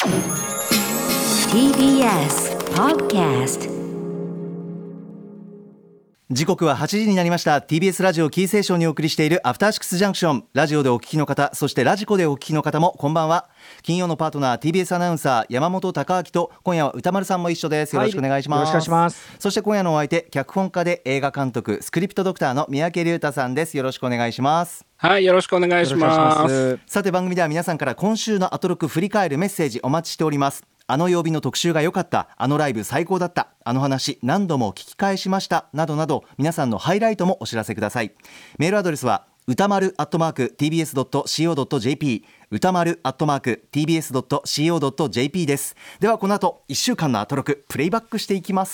TBS Podcast。 時刻は8時になりました。 TBS ラジオキーセーションにお送りしているアフターシックスジャンクション。ラジオでお聞きの方、そしてラジコでお聞きの方もこんばんは。金曜のパートナー TBS アナウンサー山本貴明と、今夜は歌丸さんも一緒です。よろしくお願いします、 よろしくお願いします。 そして今夜のお相手、脚本家で映画監督、スクリプトドクターの三宅龍太さんです。よろしくお願いします。 はい、よろしくお願いします。 さて、番組では皆さんから今週のアトロク振り返るメッセージお待ちしております。あの曜日の特集が良かった、あのライブ最高だった、あの話何度も聞き返しましたなどなど、皆さんのハイライトもお知らせください。メールアドレスは歌丸@tbs.co.jp、 歌丸@tbs.co.jp です。ではこの後1週間のアトロクプレイバックしていきます。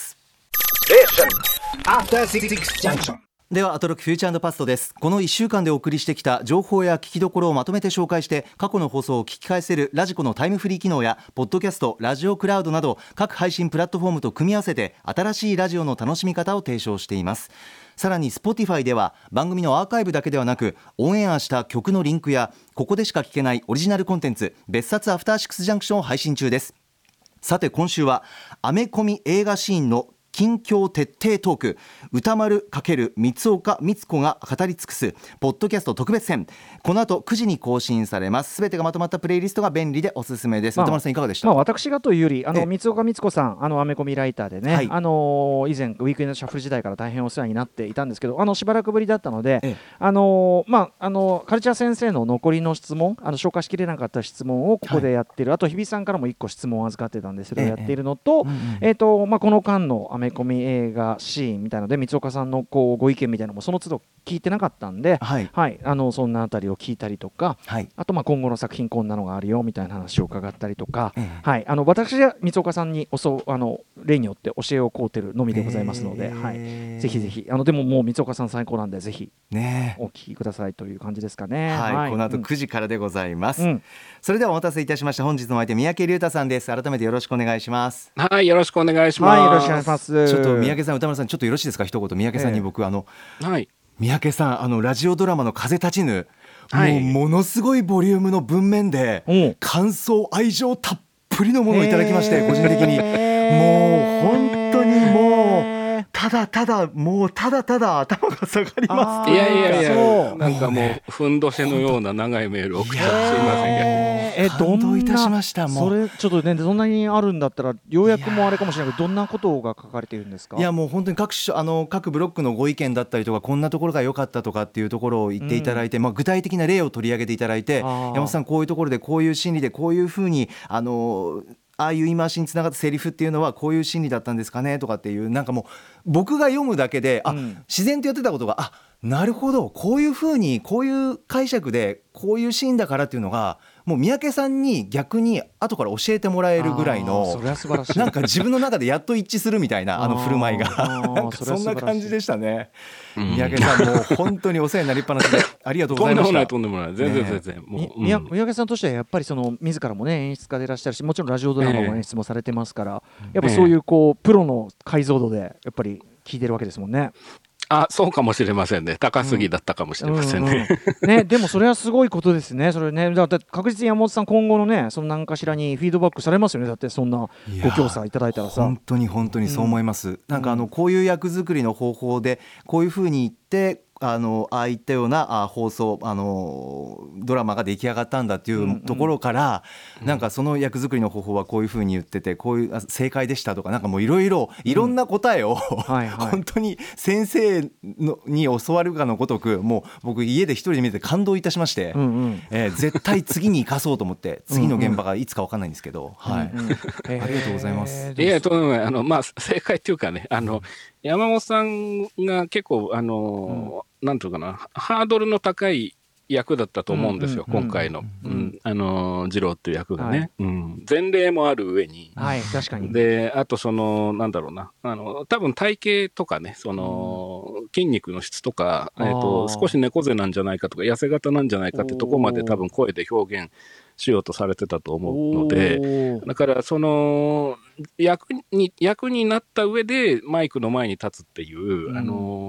ではアトロックフューチャー&パストです。この1週間でお送りしてきた情報や聞きどころをまとめて紹介して、過去の放送を聞き返せるラジコのタイムフリー機能やポッドキャスト、ラジオクラウドなど各配信プラットフォームと組み合わせて新しいラジオの楽しみ方を提唱しています。さらに Spotify では番組のアーカイブだけではなく、オンエアした曲のリンクやここでしか聞けないオリジナルコンテンツ、別冊アフターシックスジャンクションを配信中です。さて今週はアメコミ映画シーンの近況徹底トーク、歌丸×三岡光子が語り尽くすポッドキャスト特別編、この後9時に更新されます。すべてがまとまったプレイリストが便利でおすすめです。歌丸さんいかがでした？ 私がというより三岡光子さん、アメコミライターでね、以前ウィークエンドシャッフル時代から大変お世話になっていたんですけど、しばらくぶりだったので、カルチャー先生の残りの質問、消化しきれなかった質問をここでやっている、あと日比さんからも1個質問を預かってたんで、それをやっているのと、この間のアメコミ映画シーンみたいなので、三岡さんのご意見みたいなのもその都度聞いてなかったんで、そんなあたりを聞いたりとか、あと今後の作品こんなのがあるよみたいな話を伺ったりとか、私は三岡さんに例によって教えを請うてるのみでございますので、ぜひぜひでももう三岡さん最高なんで、ぜひお聞きくださいという感じですかね。 この後9時からでございます、それではお待たせいたしました。本日のお相手、三宅龍太さんです。改めてよろしくお願いします。 はい、よろしくお願いします。 よろしくお願いします。 ちょっと三宅さん、歌丸さん、ちょっとよろしいですか？一言三宅さんに僕、三宅さんラジオドラマの風立ちぬ、もうものすごいボリュームの文面で、感想愛情たっぷりのものをいただきまして、個人的にもう本当にもうただただ頭が下がります。 いやなんかもうふんどしのような長いメールを送っちゃってすいませんけど、 感動いたしました。もうそれちょっとね、そんなにあるんだったらようやくもあれかもしれないけど、どんなことが書かれているんですか？ いやもう本当に各ブロックのご意見だったりとか、こんなところが良かったとかっていうところを言っていただいて、具体的な例を取り上げていただいて、山本さんこういうところでこういう心理でこういうふうにああいう言い回しにつながったセリフっていうのはこういう心理だったんですかねとかっていう、なんかもう僕が読むだけで自然とやってたことがなるほど、こういうふうにこういう解釈でこういうシーンだからっていうのが、もう三宅さんに逆に後から教えてもらえるぐらいの、 それは素晴らしい。 なんか自分の中でやっと一致するみたいな振る舞いがなんかそんな感じでしたね。三宅さんもう本当にお世話になりっぱなしでありがとうございました。 とんでもない全然三宅さんとしてはやっぱり自らもね演出家でいらっしゃるし、もちろんラジオドラマも演出もされてますから、やっぱそういうプロの解像度でやっぱり聞いてるわけですもんね。 そうかもしれませんね。高すぎだったかもしれませんね。 でもそれはすごいことですね。それね、だって確実に山本さん今後のね、その何かしらにフィードバックされますよね。だってそんなご協賛いただいたらさ。 本当にそう思います。なんかこういう役作りの方法でこういうふうに言ってああいったような放送ドラマが出来上がったんだっていうところから、なんかその役作りの方法はこういうふうに言ってて、こういう正解でしたとか、なんかもういろんな答えを、本当に先生に教わるかのごとく、もう僕家で一人で見て感動いたしまして、絶対次に生かそうと思って次の現場がいつか分かんないんですけど、ありがとうございます。 いやとんでもない。正解っていうかね、山本さんが結構なんていうかな、ハードルの高い役だったと思うんですよ、今回の次郎っていう役がね、前例もある上に、 確かに。 であとなんだろうな、多分体型とかね、筋肉の質とか、少し猫背なんじゃないかとか痩せ型なんじゃないかってとこまで多分声で表現しようとされてたと思うので、だから役になった上でマイクの前に立つっていう、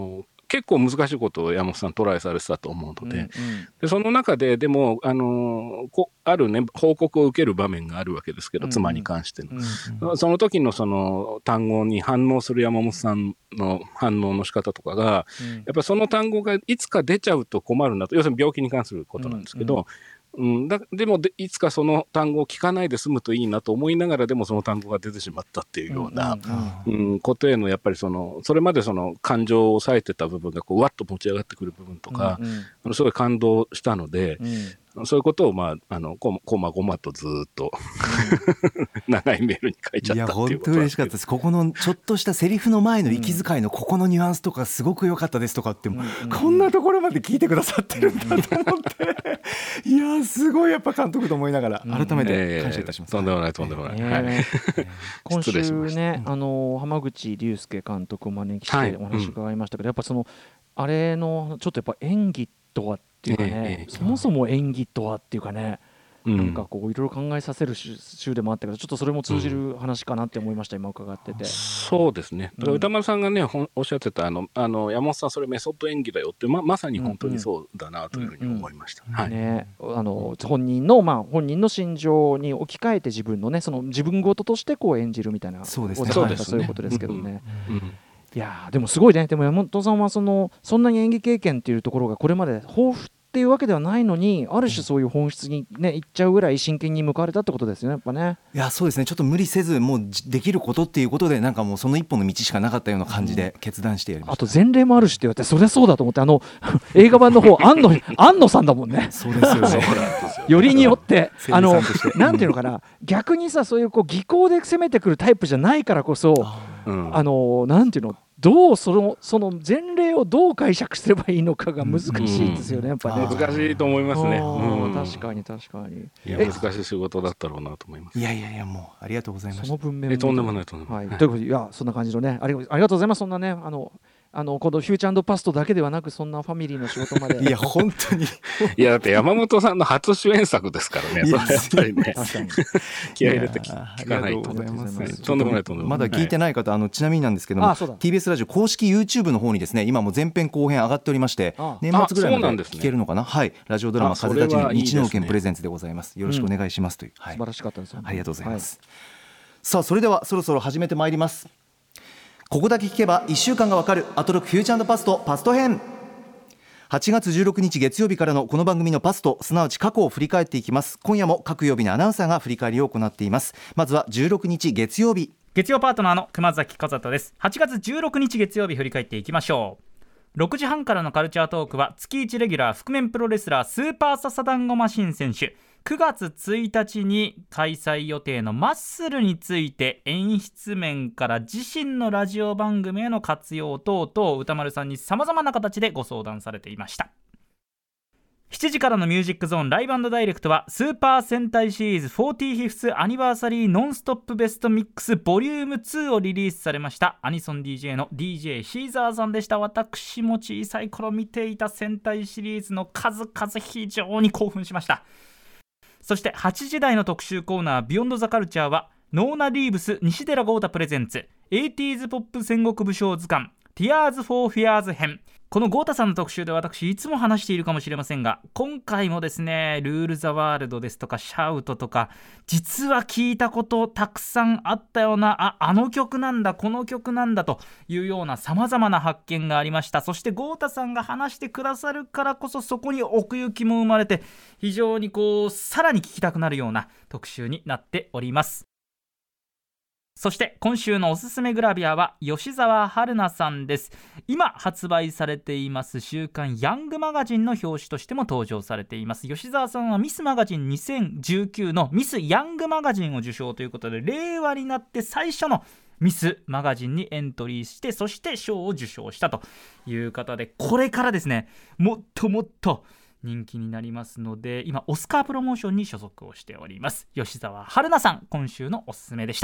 結構難しいことを山本さんトライされてたと思うので、でその中ででもあるね報告を受ける場面があるわけですけど、妻に関しての、その時のその単語に反応する山本さんの反応の仕方とかが、やっぱりその単語がいつか出ちゃうと困るなと、要するに病気に関することなんですけど、でもいつかその単語を聞かないで済むといいなと思いながら、でもその単語が出てしまったっていうようなことへのやっぱりそれまでその感情を抑えてた部分がこうわっと持ち上がってくる部分とか、すごい感動したので、そういうことをこまごまとずっと長いメールに書いちゃったっていうことなんですけど。いや本当嬉しかったです。 ここのちょっとしたセリフの前の息遣いのここのニュアンスとかすごく良かったですとかっても、こんなところまで聞いてくださってるんだと思っていやすごいやっぱ監督と思いながら改めて感謝いたします。 とんでもないとんでもない、 今週ね浜口竜介監督を招きしてお話伺いましたけど、やっぱあれのちょっとやっぱ演技とはっていうかね、そもそも演技とはっていうかね、なんかこういろいろ考えさせる週でもあったけど、ちょっとそれも通じる話かなって思いました、今伺ってて。 そうですね。歌丸さんがねおっしゃってた山本さんそれメソッド演技だよって、まさに本当にそうだなというふうに思いました。 本人の心情に置き換えて自分のねその自分事としてこう演じるみたいな、 そうですね、 そういうことですけどね。いやでもすごいね。でも山本さんはそんなに演技経験っていうところがこれまで豊富っていうわけではないのに、ある種そういう本質にねいっちゃうぐらい真剣に向かわれたってことですよね、やっぱね。 いやそうですね、ちょっと無理せずもうできることっていうことで、なんかもうその一本の道しかなかったような感じで決断してやりました。 あと前例もあるしって言われて、そりゃそうだと思って映画版の方庵野さんだもんね。 そうですよねよりによってなんていうのかな、逆にさ、そういう技巧で攻めてくるタイプじゃないからこそ、なんていうの、どうその前例をどう解釈すればいいのかが難しいですよね、やっぱね。 難しいと思いますね。 確かに確かに。 いや難しい仕事だったろうなと思います。 いやもうありがとうございました。 その文面とんでもないとんでもない。 ということで、いやそんな感じのね、ありがとうございます。そんなねこのフューチャー&パストだけではなく、そんなファミリーの仕事まで。 いや本当にいやだって山本さんの初主演作ですからね。それやっぱりね気合い入れて聞かないと。とんでもないとんでもない。 まだ聞いてない方、ちなみになんですけども、TBS ラジオ公式 YouTube の方にですね、今も前編後編上がっておりまして、年末ぐらいまで聞けるのかな。はい、ラジオドラマ風立ちぬ日能研プレゼンツでございます。よろしくお願いしますという。 素晴らしかったです。 ありがとうございます。さあそれではそろそろ始めてまいります。ここだけ聞けば1週間がわかるアトロックフューチャー&パストパスト編。8月16日月曜日からのこの番組のパスト、すなわち過去を振り返っていきます。今夜も各曜日のアナウンサーが振り返りを行っています。まずは16日月曜日、 月曜パートナーの熊崎和人です。8月16日月曜日振り返っていきましょう。6時半からのカルチャートークは月1レギュラー覆面プロレスラースーパーササダンゴマシン選手、9月1日に開催予定のマッスルについて演出面から自身のラジオ番組への活用等々歌丸さんに様々な形でご相談されていました。7時からのミュージックゾーンライブ&ダイレクトはスーパー戦隊シリーズ 45th アニバーサリーノンストップベストミックスボリューム2をリリースされましたアニソン DJ の DJ シーザーさんでした。私も小さい頃見ていた戦隊シリーズの数々非常に興奮しました。そして8時台の特集コーナービヨンドザカルチャーはノーナ・リーブス西寺豪太プレゼンツ 80s ポップ戦国武将図鑑ティアーズ・フォー・フィアーズ編。この豪太さんの特集で私いつも話しているかもしれませんが、今回もですねルール・ザ・ワールドですとかシャウトとか実は聞いたことたくさんあったようなあの曲なんだこの曲なんだというような様々な発見がありました。そして豪太さんが話してくださるからこそそこに奥行きも生まれて非常にさらに聞きたくなるような特集になっております。そして今週のおすすめグラビアは吉沢春菜さんです。今発売されています週刊ヤングマガジンの表紙としても登場されています。吉沢さんはミスマガジン2019のミスヤングマガジンを受賞ということで、令和になって最初のミスマガジンにエントリーして、そして賞を受賞したという方で、これからですねもっともっと人気になりますので、今オスカープロモーションに所属をしております吉沢春菜さん、今週のおすすめでした。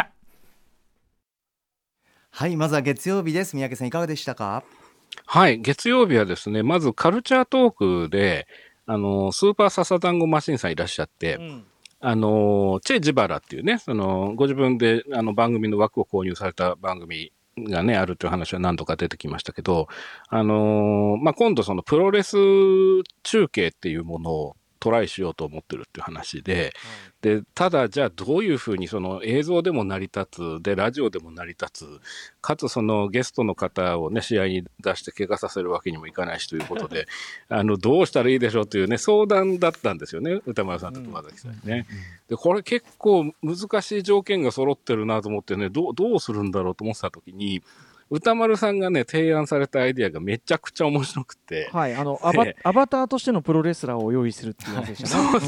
はい、まずは月曜日です。三宅さんいかがでしたか？ はい、月曜日はですね、まずカルチャートークでスーパーササダンゴマシンさんいらっしゃって、チェ・ジバラっていうね、ご自分で番組の枠を購入された番組がね、あるという話は何度か出てきましたけど、今度そのプロレス中継っていうものをトライしようと思ってるっていう話で、で、ただじゃあどういうふうにその映像でも成り立つ、で、ラジオでも成り立つ、かつそのゲストの方をね、試合に出して怪我させるわけにもいかないしということで、どうしたらいいでしょうというね、相談だったんですよね、歌丸さんと熊崎さんにね。で、これ結構難しい条件が揃ってるなと思ってね、どうするんだろうと思ってた時に、歌丸さんがね、提案されたアイディアがめちゃくちゃ面白くて。 はい、アバターとしてのプロレスラーを用意するっていうやつでしたね。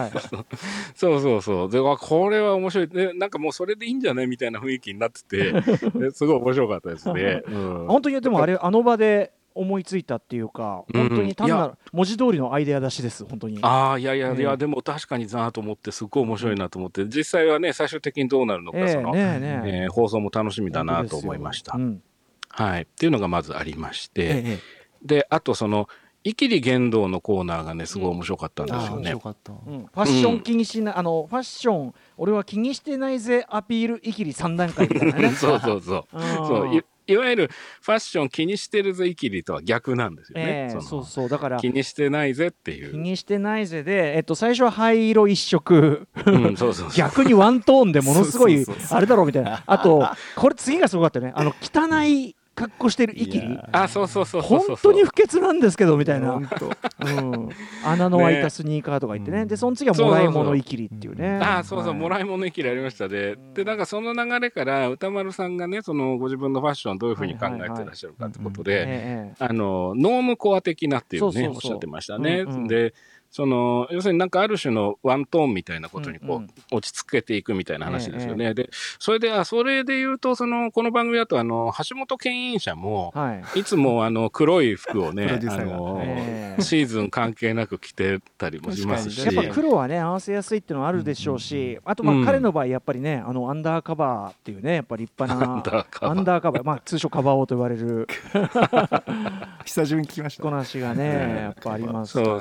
そう。で、これは面白い。で、なんかもうそれでいいんじゃないみたいな雰囲気になってて、すごい面白かったですね。 本当に、でもあの場で思いついたっていうか、本当に単なる文字通りのアイデア出しです、本当に。 いや、でも確かになと思って、すごい面白いなと思って、実際はね、最終的にどうなるのか、放送も楽しみだなと思いました。はい。っていうのがまずありまして、で、あとその、イキリ言動のコーナーがね、すごい面白かったんですよね。 ファッション気にしない、ファッション、俺は気にしてないぜ、アピールイキリ3段階みたいなね。 そういわゆるファッション気にしてるぜイキリとは逆なんですよね。 だから気にしてないぜっていう。 気にしてないぜで、最初は灰色一色、逆にワントーンでものすごいあれだろうみたいな。あとこれ次がすごかったね。汚い格好してるイキリ、本当に不潔なんですけどみたいな、穴の開いたスニーカーとか言ってね。でその次はもらい物イキリっていうね。 もらい物イキリありましたで、なんかその流れから歌丸さんがね、そのご自分のファッションをどういうふうに考えてらっしゃるかってことで、ノームコア的なっていうね、おっしゃってましたね。でその要するになんかある種のワントーンみたいなことにこう落ち着けていくみたいな話ですよね。でそれで言うとこの番組だと橋本牽引者もいつも黒い服をねシーズン関係なく着てたりもしますし、 やっぱ黒はね合わせやすいっていうのはあるでしょうし、あと彼の場合やっぱりねアンダーカバーっていうね、やっぱり立派なアンダーカバー、通称カバオと言われる久しぶりに聞きました。 着こなしがねやっぱありますから。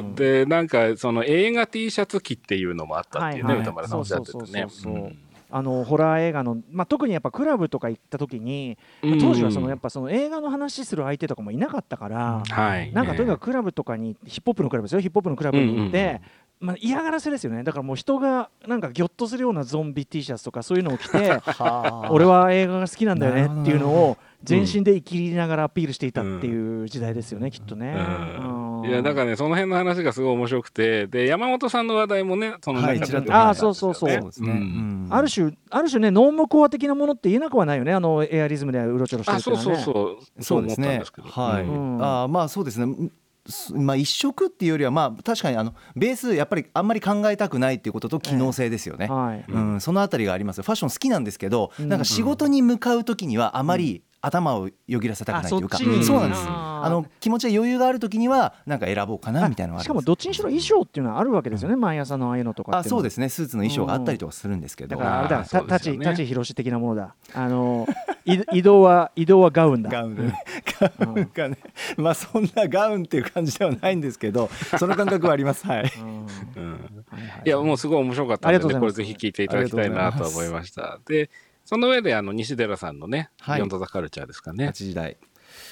でなんかその映画 T シャツ着っていうのもあったっていうね、歌丸さんおっしゃっててね。 ホラー映画の、特にやっぱクラブとか行った時に、当時はやっぱその映画の話する相手とかもいなかったから、なんかとにかくクラブとかにヒップホップのクラブですよ、ヒップホップのクラブに行って、嫌がらせですよね。だからもう人がなんかギョッとするようなゾンビ T シャツとかそういうのを着て俺は映画が好きなんだよねっていうのを全身で生きりながらアピールしていたっていう時代ですよね、きっとね。 いやだからね、その辺の話がすごい面白くて、で山本さんの話題もね、その中である種ね、ノームコア的なものって言えなくはないよね、エアリズムでうろちょろしてるっていうのはね。 そうですね。そうですね。一色っていうよりは確かにベースやっぱりあんまり考えたくないっていうことと機能性ですよね。そのあたりがあります。ファッション好きなんですけど、なんか仕事に向かう時にはあまり頭をよぎらせたくないというか、そうなんです。気持ちが余裕がある時にはなんか選ぼうかなみたいなのがある。 しかもどっちにしろ衣装っていうのはあるわけですよね、毎朝のああいうのとかって。 そうですね、スーツの衣装があったりとかするんですけど、 だからあれだ、舘ひろし的なものだ。移動はガウンだ。 ガウンがね、そんなガウンっていう感じではないんですけど、その感覚はあります。はい。 いやもうすごい面白かったので、これぜひ聞いていただきたいなと思いました。でその上で西寺さんのね、ヨンドザカルチャーですかね。 8時台。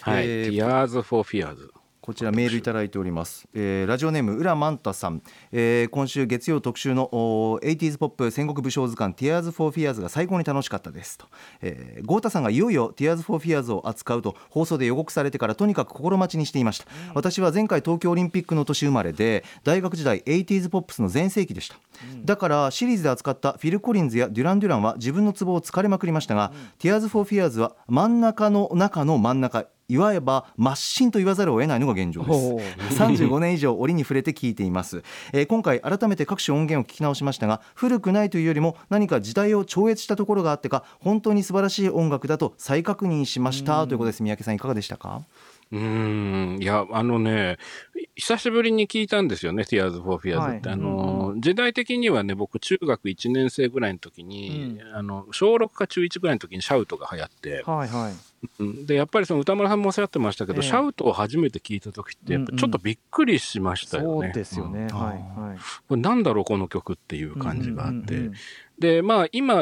Tears for Fears。 こちらメールいただいております。ラジオネーム浦マンタさん、今週月曜特集の 80s ポップ戦国武将図鑑 Tears for Fears が最高に楽しかったですと。豪太さんがいよいよ Tears for Fears を扱うと放送で予告されてからとにかく心待ちにしていました。私は前回東京オリンピックの年生まれで、大学時代 80s ポップスの全盛期でした。だからシリーズで扱ったフィル・コリンズやデュラン・デュランは自分のツボを突かれまくりましたが、Tears for Fears は真ん中の中の真ん中、いわば抹進と言わざるを得ないのが現状です。35年以上折に触れて聞いています。今回改めて各種音源を聞き直しましたが、古くないというよりも何か時代を超越したところがあってか、本当に素晴らしい音楽だと再確認しましたということです。三宅さんいかがでしたか？ いや久しぶりに聞いたんですよね、Tears for Fears って。時代的にはね、僕中学1年生ぐらいの時に、小6か中1ぐらいの時にシャウトが流行って、でやっぱりその歌丸さんもおっしゃってましたけど、シャウトを初めて聞いた時ってやっぱちょっとびっくりしましたよね。 そうですよね。 これなんだろうこの曲っていう感じがあって、で今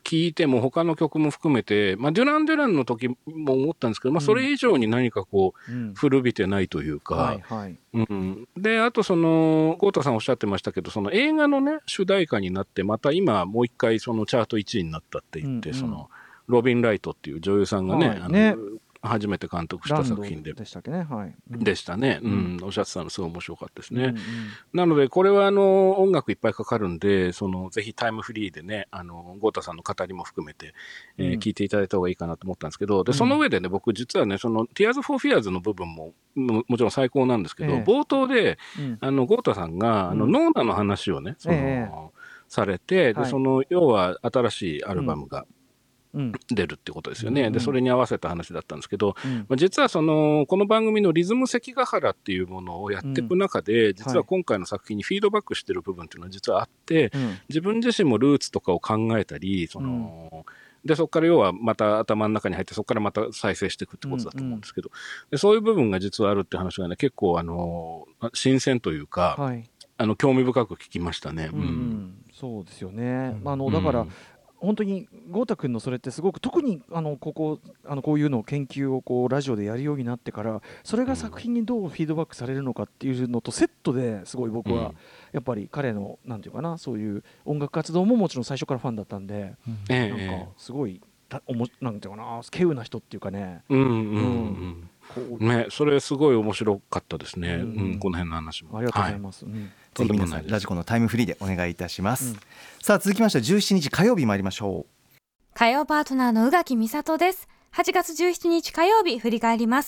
聴いても他の曲も含めて、デュラン・デュランの時も思ったんですけど、それ以上に何かこう、古びてないというか、であと豪太さんおっしゃってましたけど、その映画のね主題歌になってまた今もう一回そのチャート1位になったって言って、そのロビン・ライトっていう女優さんがね、初めて監督した作品でしたね、おっしゃってたのすごい面白かったですね、なのでこれは音楽いっぱいかかるんで、ぜひタイムフリーでね豪太さんの語りも含めて、聞いていただいた方がいいかなと思ったんですけど、でその上でね僕実はねその Tears for Fears の部分ももちろん最高なんですけど、冒頭で豪太さんがノーナの話をねされて、で要は新しいアルバムが出るってことですよね、でそれに合わせた話だったんですけど、実はこの番組のリズム関ヶ原っていうものをやっていく中で、実は今回の作品にフィードバックしてる部分っていうのは実はあって、自分自身もルーツとかを考えたりでそこから要はまた頭の中に入ってそこからまた再生していくってことだと思うんですけど、でそういう部分が実はあるって話がね結構新鮮というか、興味深く聞きましたね。 そうですよね、だから本当に豪太君のそれってすごく特にこういうのを研究をこうラジオでやるようになってからそれが作品にどうフィードバックされるのかっていうのとセットですごい僕はやっぱり彼のなんていうかなそういう音楽活動ももちろん最初からファンだったんで、なんかすごいなんていうかな稀有な人っていうかね、 それすごい面白かったですね、この辺の話もありがとうございます、 ぜひ皆さんラジコのタイムフリーでお願いいたします、さあ続きまして17日火曜日参りましょう。 火曜パートナーの宇垣美里です。8月17日火曜日振り返ります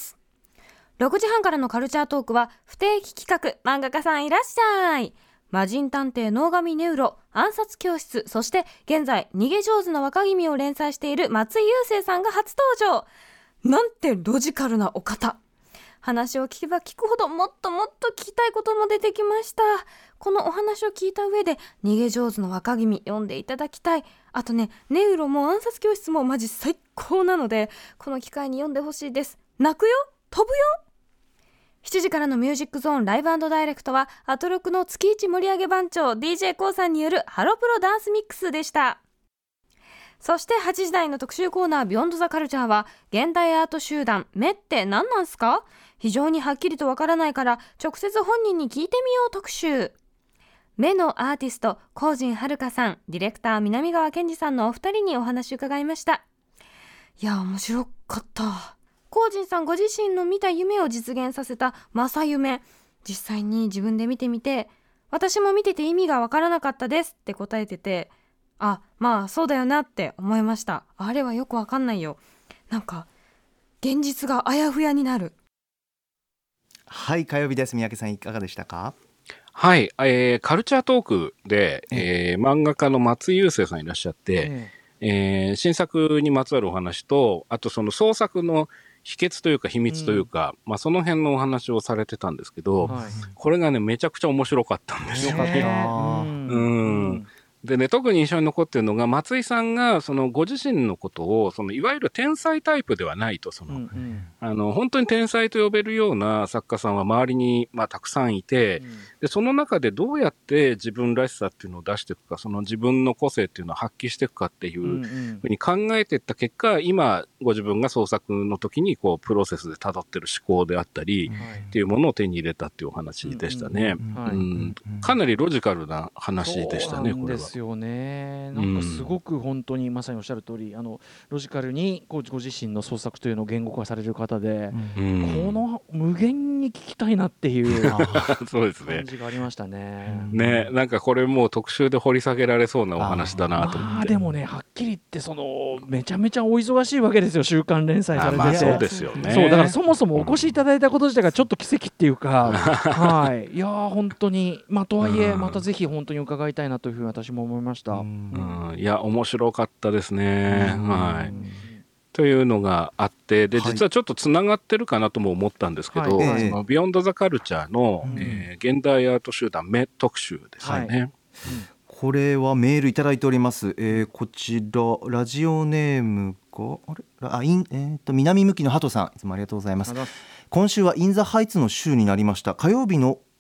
。6時半からのカルチャートークは不定期企画漫画家さんいらっしゃい、魔人探偵能上ネウロ暗殺教室、そして現在逃げ上手な若君を連載している松井優生さんが初登場。なんてロジカルなお方。話を聞けば聞くほどもっともっと聞きたいことも出てきました。このお話を聞いた上で逃げ上手の若君読んでいただきたい。あとね、ネウロも暗殺教室もマジ最高なのでこの機会に読んでほしいです。泣くよ、飛ぶよ。7時からのミュージックゾーンライブ&ダイレクトはアトロクの月一盛り上げ番長 DJ コウさんによるハロプロダンスミックスでした。そして8時台の特集コーナービヨンドザカルチャーは現代アート集団目って何なんすか、非常にはっきりとわからないから直接本人に聞いてみよう特集。目のアーティスト高神遥さん、ディレクター南川健二さんのお二人にお話伺いました。いや面白かった。高神さんご自身の見た夢を実現させた正夢、実際に自分で見てみて私も見てて意味がわからなかったですって答えてて、あ、まあそうだよなって思いました。あれはよくわかんないよ。なんか現実があやふやになる。 はい、火曜日です。三宅さんいかがでしたか？ はい、カルチャートークで、漫画家の松井優生さんいらっしゃって、新作にまつわるお話と、あとその創作の秘訣というか秘密というか、その辺のお話をされてたんですけど、これがねめちゃくちゃ面白かったんですよね。でね、特に印象に残っているのが松井さんがそのご自身のことをいわゆる天才タイプではないと、本当に天才と呼べるような作家さんは周りにたくさんいて、でその中でどうやって自分らしさっていうのを出していくか、その自分の個性っていうのを発揮していくかっていうふうに考えていった結果、今ご自分が創作の時にこうプロセスで辿ってる思考であったりっていうものを手に入れたっていうお話でしたね。かなりロジカルな話でしたね。これはですよね。なんかすごく本当にまさにおっしゃる通り、ロジカルにご自身の創作というのを言語化される方で、この無限に聞きたいなっていうそうですね、 感じがありましたね。 なんかこれもう特集で掘り下げられそうなお話だなと思って。 でもね、はっきり言ってめちゃめちゃお忙しいわけですよ、週刊連載されてて。 そうですよね。 そうだからそもそもお越しいただいたこと自体がちょっと奇跡っていうか、いや本当にとはいえまたぜひ本当に伺いたいなというふうに私も思いました。 いや面白かったですね。というのがあって、で実はちょっとつながってるかなとも思ったんですけど、ビヨンドザカルチャーの、現代アート集団目特集ですよね。 これはメールいただいております。こちらラジオネームが南向きのハトさん、いつもありがとうございます。今週はインザハイツの週になりました。火曜日の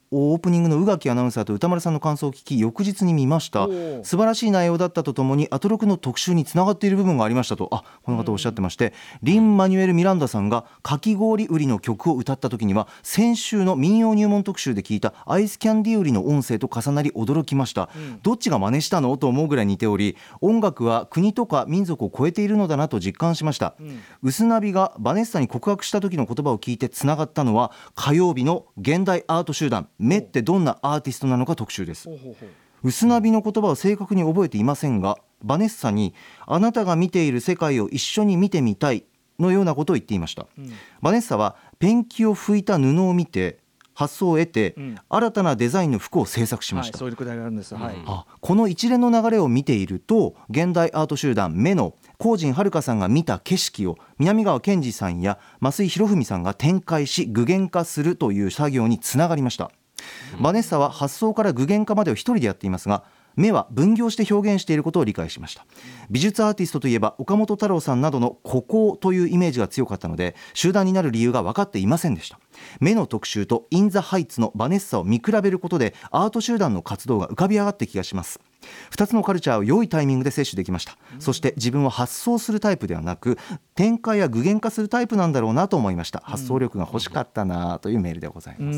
オープニングの宇垣アナウンサーと歌丸さんの感想を聞き翌日に見ました。素晴らしい内容だったとともにアトロクの特集につながっている部分がありましたとこの方おっしゃってまして、リン・マニュエル・ミランダさんがかき氷売りの曲を歌った時には先週の民謡入門特集で聞いたアイスキャンディー売りの音声と重なり驚きました、どっちが真似したのと思うぐらい似ており、音楽は国とか民族を超えているのだなと実感しました、ウスナビがバネッサに告白した時の言葉を聞いてつながったのは火曜日の現代アート集団メってどんなアーティストなのか特集です。ウスナビの言葉を正確に覚えていませんが、バネッサにあなたが見ている世界を一緒に見てみたいのようなことを言っていました、バネッサはペンキを拭いた布を見て発想を得て、新たなデザインの服を制作しました、 そういうくだりがあるんです、 この一連の流れを見ていると現代アート集団メの高神遥さんが見た景色を南川健二さんや増井博文さんが展開し具現化するという作業につながりました。バネッサは発想から具現化までを一人でやっていますが、目は分業して表現していることを理解しました。美術アーティストといえば岡本太郎さんなどの孤高というイメージが強かったので集団になる理由が分かっていませんでした。目の特集とインザハイツのバネッサを見比べることでアート集団の活動が浮かび上がって気がします。2つのカルチャーを良いタイミングで摂取できました、そして自分は発想するタイプではなく展開や具現化するタイプなんだろうなと思いました。発想力が欲しかったなというメールでございます。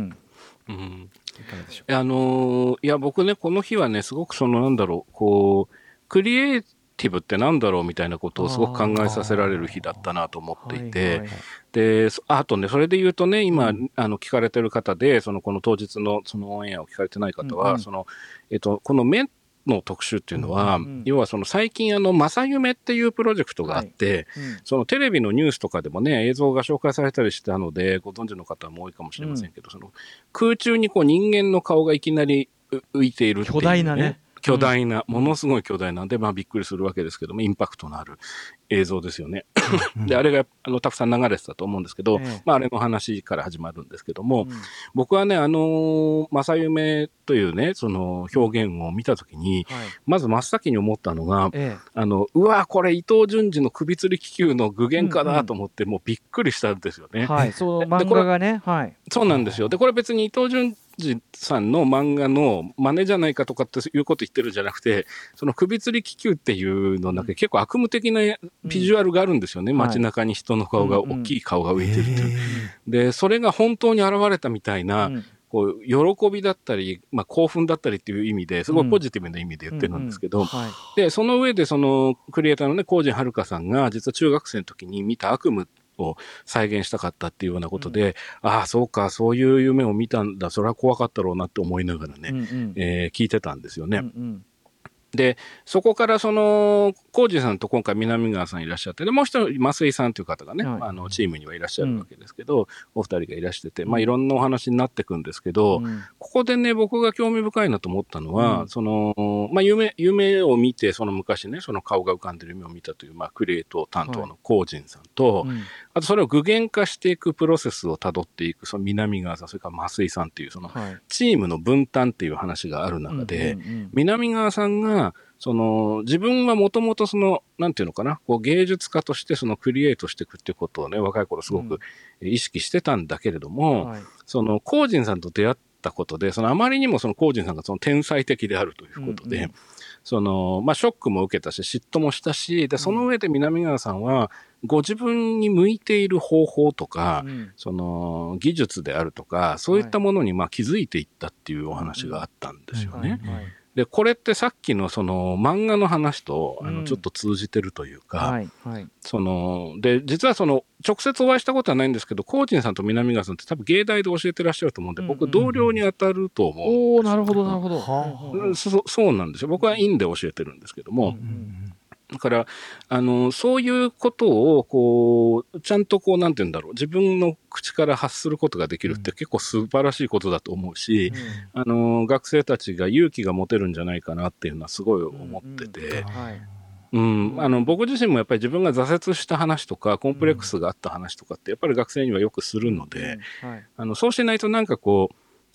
いや僕ねこの日はねすごくクリエイティブってなんだろうみたいなことをすごく考えさせられる日だったなと思っていて、であとねそれで言うとね今聞かれてる方でこの当日のそのオンエアを聞かれてない方は、このメの特集っていうのは、要は最近正夢っていうプロジェクトがあって、そのテレビのニュースとかでもね映像が紹介されたりしたのでご存知の方も多いかもしれませんけど、空中に人間の顔がいきなり浮いているっていう、ね、巨大なものすごい巨大なんで、びっくりするわけですけどもインパクトのある映像ですよねであれがたくさん流れてたと思うんですけど、あれの話から始まるんですけども、僕はね正夢というねその表現を見たときに、まず真っ先に思ったのが、うわこれ伊藤潤二の首吊り気球の具現化だと思って、もうびっくりしたんですよね。 そう漫画がね、 そうなんですよ。でこれ別に伊藤潤二さんの漫画の真似じゃないかとかっていうこと言ってるんじゃなくて、その首吊り気球っていうのだけ結構悪夢的なビジュアルがあるんですよね、街中に人の顔が、大きい顔が浮いてるという。でそれが本当に現れたみたいな、喜びだったり、興奮だったりっていう意味ですごいポジティブな意味で言ってるんですけど、でその上でそのクリエイターのね高神遥さんが実は中学生の時に見た悪夢を再現したかったっていうようなことで、そうかそういう夢を見たんだ、それは怖かったろうなって思いながらね、聞いてたんですよね。でそこから浩二さんと今回南川さんいらっしゃって、でもう一人増井さんという方がね、チームにはいらっしゃるわけですけど、お二人がいらしてて、いろんなお話になっていくんですけど、ここでね僕が興味深いなと思ったのは、夢を見て昔ねその顔が浮かんでる夢を見たという、クリエイト担当の浩二さんと、あとそれを具現化していくプロセスをたどっていくその南川さん、それから増井さんっていうチームの分担っていう話がある中で、南川さんが自分はもともとなんていうのかな、芸術家としてクリエイトしていくっていうことをね若い頃すごく意識してたんだけれども、浩二さんと出会ったことであまりにも浩二さんが天才的であるということで、ショックも受けたし嫉妬もしたし、でその上で南川さんはご自分に向いている方法とか、技術であるとかそういったものに気づいていったっていうお話があったんですよね。でこれってさっきの漫画の話とちょっと通じてるというか、で実は直接お会いしたことはないんですけど、浩二さんと南川さんって多分芸大で教えてらっしゃると思うんで、僕同僚に当たると思うんです。 なるほどなるほど。 そうなんですよ。僕は院で教えてるんですけども、だからそういうことをちゃんとなんて言うんだろう、自分の口から発することができるって結構素晴らしいことだと思うし、学生たちが勇気が持てるんじゃないかなっていうのはすごい思ってて、僕自身もやっぱり自分が挫折した話とかコンプレックスがあった話とかってやっぱり学生にはよくするので、そうしないとなんか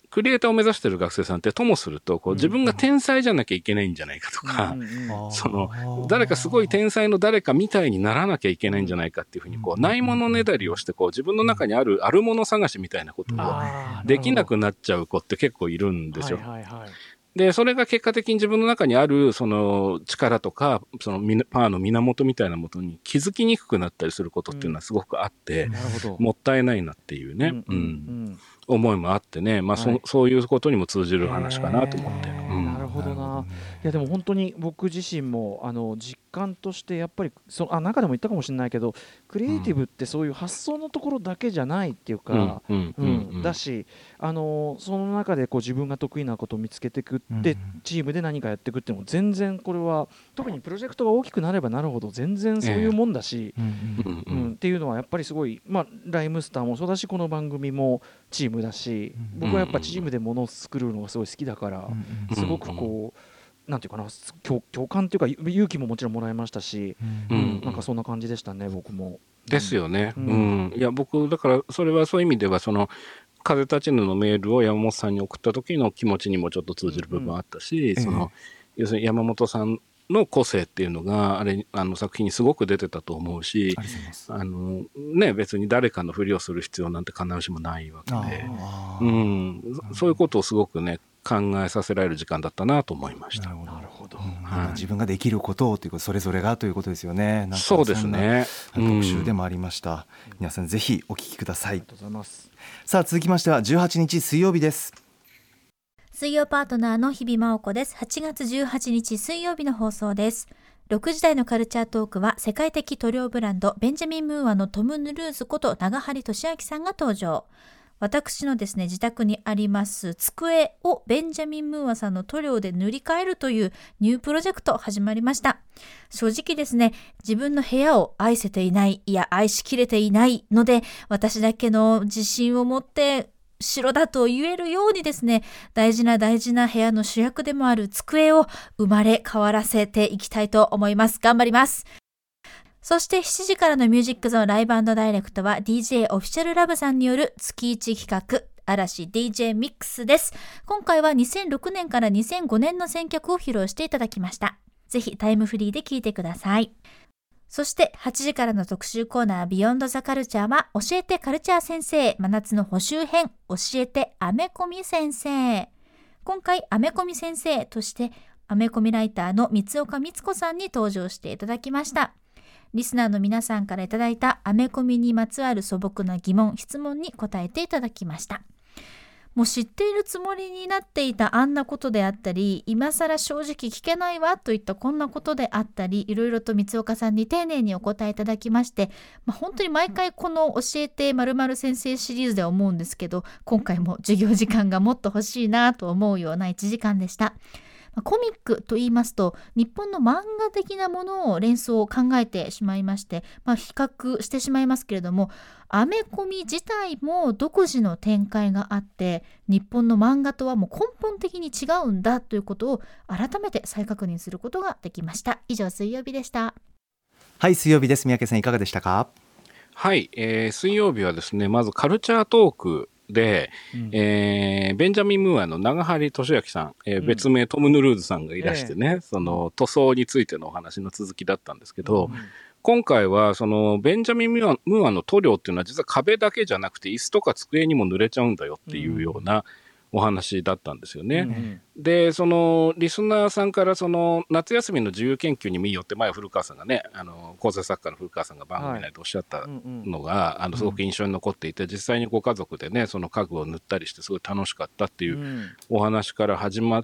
クリエイターを目指してる学生さんってともするとこう自分が天才じゃなきゃいけないんじゃないかとか、その誰かすごい天才の誰かみたいにならなきゃいけないんじゃないかっていうふうにこうないものねだりをしてこう自分の中にあるもの探しみたいなことをできなくなっちゃう子って結構いるんですよ。でそれが結果的に自分の中にあるその力とかそのパワーの源みたいなものに気づきにくくなったりすることっていうのはすごくあって、もったいないなっていうね、思いもあってね、まあそういうことにも通じる話かなと思って。 なるほどな。いやでも本当に僕自身も実感としてやっぱり中でも言ったかもしれないけど、クリエイティブってそういう発想のところだけじゃないっていうか、だしその中でこう自分が得意なことを見つけていくってチームで何かやっていくっていうのも全然これは特にプロジェクトが大きくなればなるほど全然そういうもんだし、っていうのはやっぱりすごい、まあライムスターもそうだしこの番組もチームだし、僕はやっぱチームでものを作るのがすごい好きだからすごくこうなんていうかな共感っていうか勇気ももちろんもらいましたし、なんかそんな感じでしたね僕も。 ですよね。いや僕だからそれはそういう意味ではその風立ちぬのメールを山本さんに送った時の気持ちにもちょっと通じる部分あったし、その要するに山本さんの個性っていうのが作品にすごく出てたと思うし、ね、別に誰かのふりをする必要なんて必ずしもないわけで、そういうことをすごくね考えさせられる時間だったなと思いました。 なるほど、自分ができることをということそれぞれがということですよね。なんかそうですね。 特集でもありました。皆さんぜひお聞きください。 ありがとうございます。 さあ続きましては18日水曜日です。 水曜パートナーの日々真央子です。8月18日水曜日の放送です。6時台のカルチャートークは世界的塗料ブランドベンジャミン・ムーアのトム・ヌルーズこと長張俊明さんが登場。私のですね自宅にあります机をベンジャミン・ムーアさんの塗料で塗り替えるというニュープロジェクト始まりました。正直ですね、自分の部屋を愛せていない、いや愛しきれていないので、私だけの自信を持って白だと言えるようにですね、大事な部屋の主役でもある机を生まれ変わらせていきたいと思います。頑張ります。そして7時からのミュージックゾーンライブ&ダイレクトは DJ オフィシャルラブさんによる月1企画嵐 DJ ミックスです。今回は2006年から2005年の選曲を披露していただきました。ぜひタイムフリーで聴いてください。そして8時からの特集コーナービヨンドザカルチャーは教えてカルチャー先生真夏の補習編教えてアメコミ先生。今回アメコミ先生としてアメコミライターの三岡光子さんに登場していただきました。リスナーの皆さんからいただいたアメコミにまつわる素朴な疑問質問に答えていただきました。もう知っているつもりになっていたあんなことであったり、今更正直聞けないわといったこんなことであったり、いろいろと三岡さんに丁寧にお答えいただきまして、本当に毎回この教えて〇〇先生シリーズで思うんですけど、今回も授業時間がもっと欲しいなと思うような1時間でした。コミックと言いますと日本の漫画的なものを連想を考えてしまいまして、比較してしまいますけれども、アメコミ自体も独自の展開があって日本の漫画とはもう根本的に違うんだということを改めて再確認することができました。以上水曜日でした。 はい、水曜日です。三宅さんいかがでしたか？ はい、水曜日はですね、まずカルチャートークで、ベンジャミン・ムーアの長張俊明さん、別名トム・ヌルーズさんがいらしてね、その塗装についてのお話の続きだったんですけど、今回はそのベンジャミン・ムーアの塗料っていうのは実は壁だけじゃなくて椅子とか机にも塗れちゃうんだよっていうようなお話だったんですよね。でそのリスナーさんからその夏休みの自由研究に見よって前古川さんがね構成作家の古川さんが番組内でおっしゃったのが、すごく印象に残っていて、実際にご家族でねその家具を塗ったりしてすごい楽しかったっていうお話から始まって、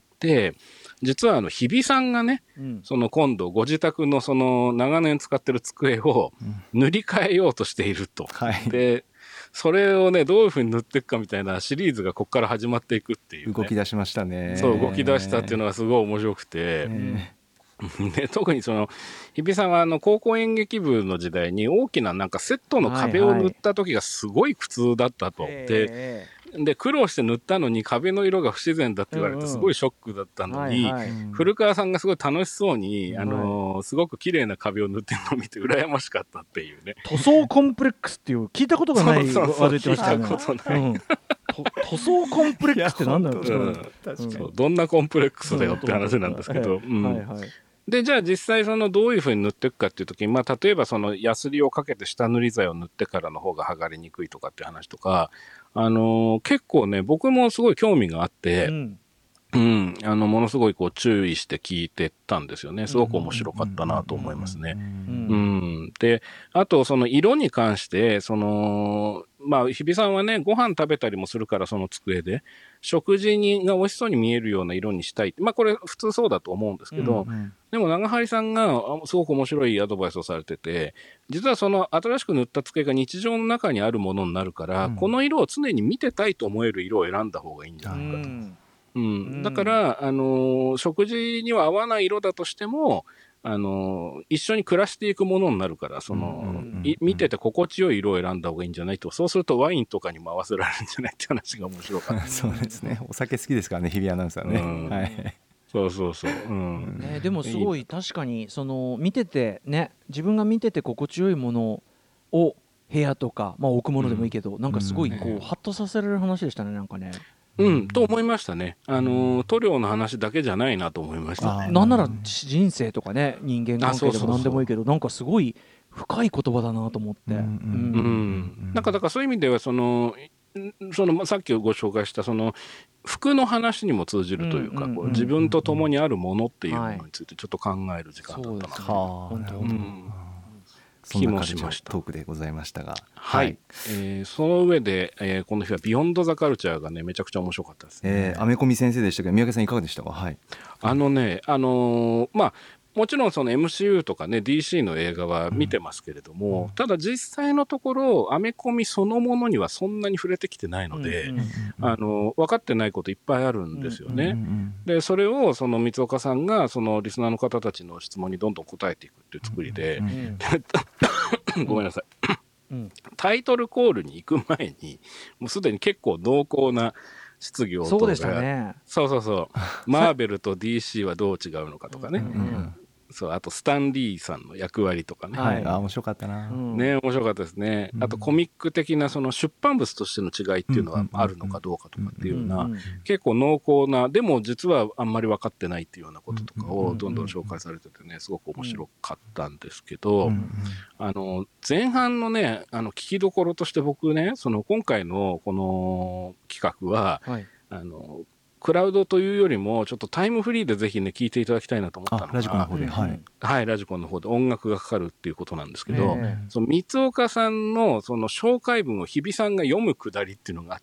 実は日比さんがね、その今度ご自宅のその長年使ってる机を塗り替えようとしていると。でそれをねどういうふうに塗っていくかみたいなシリーズがここから始まっていくっていう、ね、 動き出しましたね。 そう動き出したっていうのがすごい面白くて、で特にその日比さんは高校演劇部の時代に大きななんかセットの壁を塗った時がすごい苦痛だったと。で苦労して塗ったのに壁の色が不自然だって言われてすごいショックだったのに、古川さんがすごい楽しそうにすごく綺麗な壁を塗ってるのを見て羨ましかったっていうね。 塗装コンプレックスっていう聞いたことがないワード言ってましたよね。 聞いたことない、 塗装コンプレックスって何なんですか、 そうどんなコンプレックスだよって話なんですけど、でじゃあ実際そのどういうふうに塗っていくかっていう時に、まあ、例えばそのヤスリをかけて下塗り剤を塗ってからの方が剥がれにくいとかっていう話とか、結構ね僕もすごい興味があって、ものすごいこう注意して聞いてたんですよね。すごく面白かったなと思いますね。で、あとその色に関して、まあ、日比さんはね、ご飯食べたりもするから、その机で、食事が美味しそうに見えるような色にしたい。まあ、これ普通そうだと思うんですけど、でも長張さんがすごく面白いアドバイスをされてて、実はその新しく塗った机が日常の中にあるものになるから、この色を常に見てたいと思える色を選んだ方がいいんじゃないかと。だから、食事には合わない色だとしても、一緒に暮らしていくものになるから、見てて心地よい色を選んだ方がいいんじゃないと、そうするとワインとかにも合わせられるんじゃないって話が面白かった。 そうですね。お酒好きですからね、日比アナウンサーね。はい。 そう。でもすごい確かに見ててね、自分が見てて心地よいものを部屋とか、まあ、置くものでもいいけど、なんかすごいこうハッとさせられる話でしたね、なんかね。 と思いましたね。塗料の話だけじゃないなと思いましたね。 なんなら人生とかね、人間関係でも何でもいいけど、なんかすごい深い言葉だなと思って。 だからそういう意味ではさっきご紹介した服の話にも通じるというか、自分と共にあるものっていうものについてちょっと考える時間だったなと。 そんなカルチャートークでございましたが、 はい。その上で、この日はビヨンドザカルチャーがねめちゃくちゃ面白かったですね。 アメコミ先生でしたけど、宮家さんいかがでしたか？はい。 まあもちろんその MCU とかね DC の映画は見てますけれども、ただ実際のところアメコミそのものにはそんなに触れてきてないので、分かってないこといっぱいあるんですよね。でそれをその三岡さんがそのリスナーの方たちの質問にどんどん答えていくっていう作りで、ごめんなさい、タイトルコールに行く前にもうすでに結構濃厚な質疑応答が、 そうでしたね。 そうマーベルと DC はどう違うのかとかね、あとスタンリーさんの役割とかね、 面白かったな、 面白かったですね。あとコミック的なその出版物としての違いっていうのはあるのかどうかとかっていうような、結構濃厚な、でも実はあんまり分かってないっていうようなこととかをどんどん紹介されててね、すごく面白かったんですけど、前半のね聞きどころとして僕ね、今回のこの企画は、クラウドというよりもちょっとタイムフリーでぜひね聞いていただきたいなと思ったのが、 ラジコンの方で、 ラジコンの方で音楽がかかるっていうことなんですけど、その三岡さんのその紹介文を日比さんが読むくだりっていうのがあって、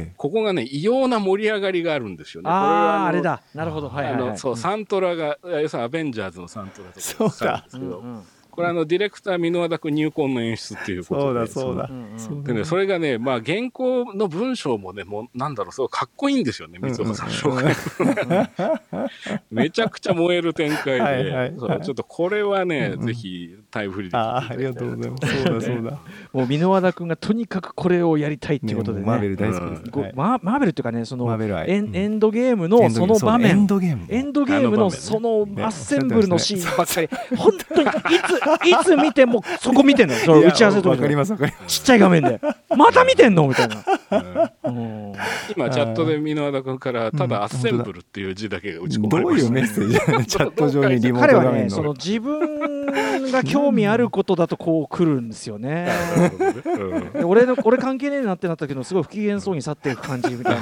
ここがね異様な盛り上がりがあるんですよね。 あれだ、なるほど、 サントラが要するにアベンジャーズのサントラとかかかるんですけど、これディレクター箕輪田君入魂の演出っていうことで、でね、それがね、まあ原稿の文章もね、もうなんだろう、すごいかっこいいんですよね、三岡さん紹介めちゃくちゃ燃える展開で、ちょっとこれはね、ぜひタイムフリーで聞いていただきたい。 ありがとうございます。そうだもう箕輪田君がとにかくこれをやりたいっていうことでね、 マーベル大好きです。 マーベルっていうかね、そのエンドゲームのその場面、エンドゲームのそのアッセンブルのシーンばっかり、本当にいつ見てもそこ見てんの、その打ち合わせとかちっちゃい画面でまた見てんのみたいな。 今チャットで箕輪田君からただアッセンブルっていう字だけが打ち込まれました。 どういうメッセージチャット上にリモート画面の。彼はね、 その自分が興味あることだとこう来るんですよね。俺関係ねえなってなったけど、すごい不機嫌そうに去っていく感じみたい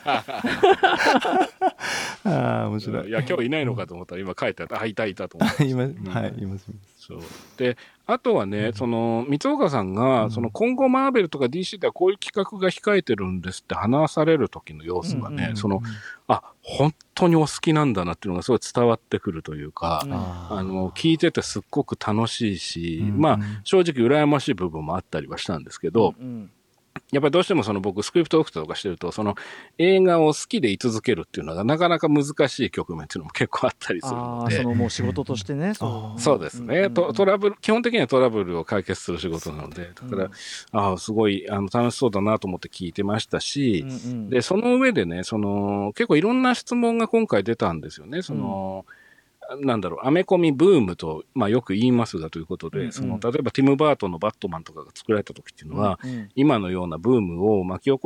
な。面白い。 いや今日いないのかと思ったら今帰っていたと思って。 います。 であとはね、その三岡さんが、その今後マーベルとか DC ではこういう企画が控えてるんですって話される時の様子がね、本当にお好きなんだなっていうのがすごい伝わってくるというか、聞いててすっごく楽しいし、まあ正直羨ましい部分もあったりはしたんですけど、やっぱりどうしても僕スクリプトオフとかしてると、その映画を好きで居続けるっていうのがなかなか難しい局面っていうのも結構あったりするので、 もう仕事としてね、 そうですね、トラブル、基本的にはトラブルを解決する仕事なので、だからすごい楽しそうだなと思って聞いてましたし、でその上でね、結構いろんな質問が今回出たんですよね。なんだろう、アメコミブームと、よく言いますがということで、例えばティム・バートンのバットマンとかが作られた時っていうのは、今のようなブームを巻き起こし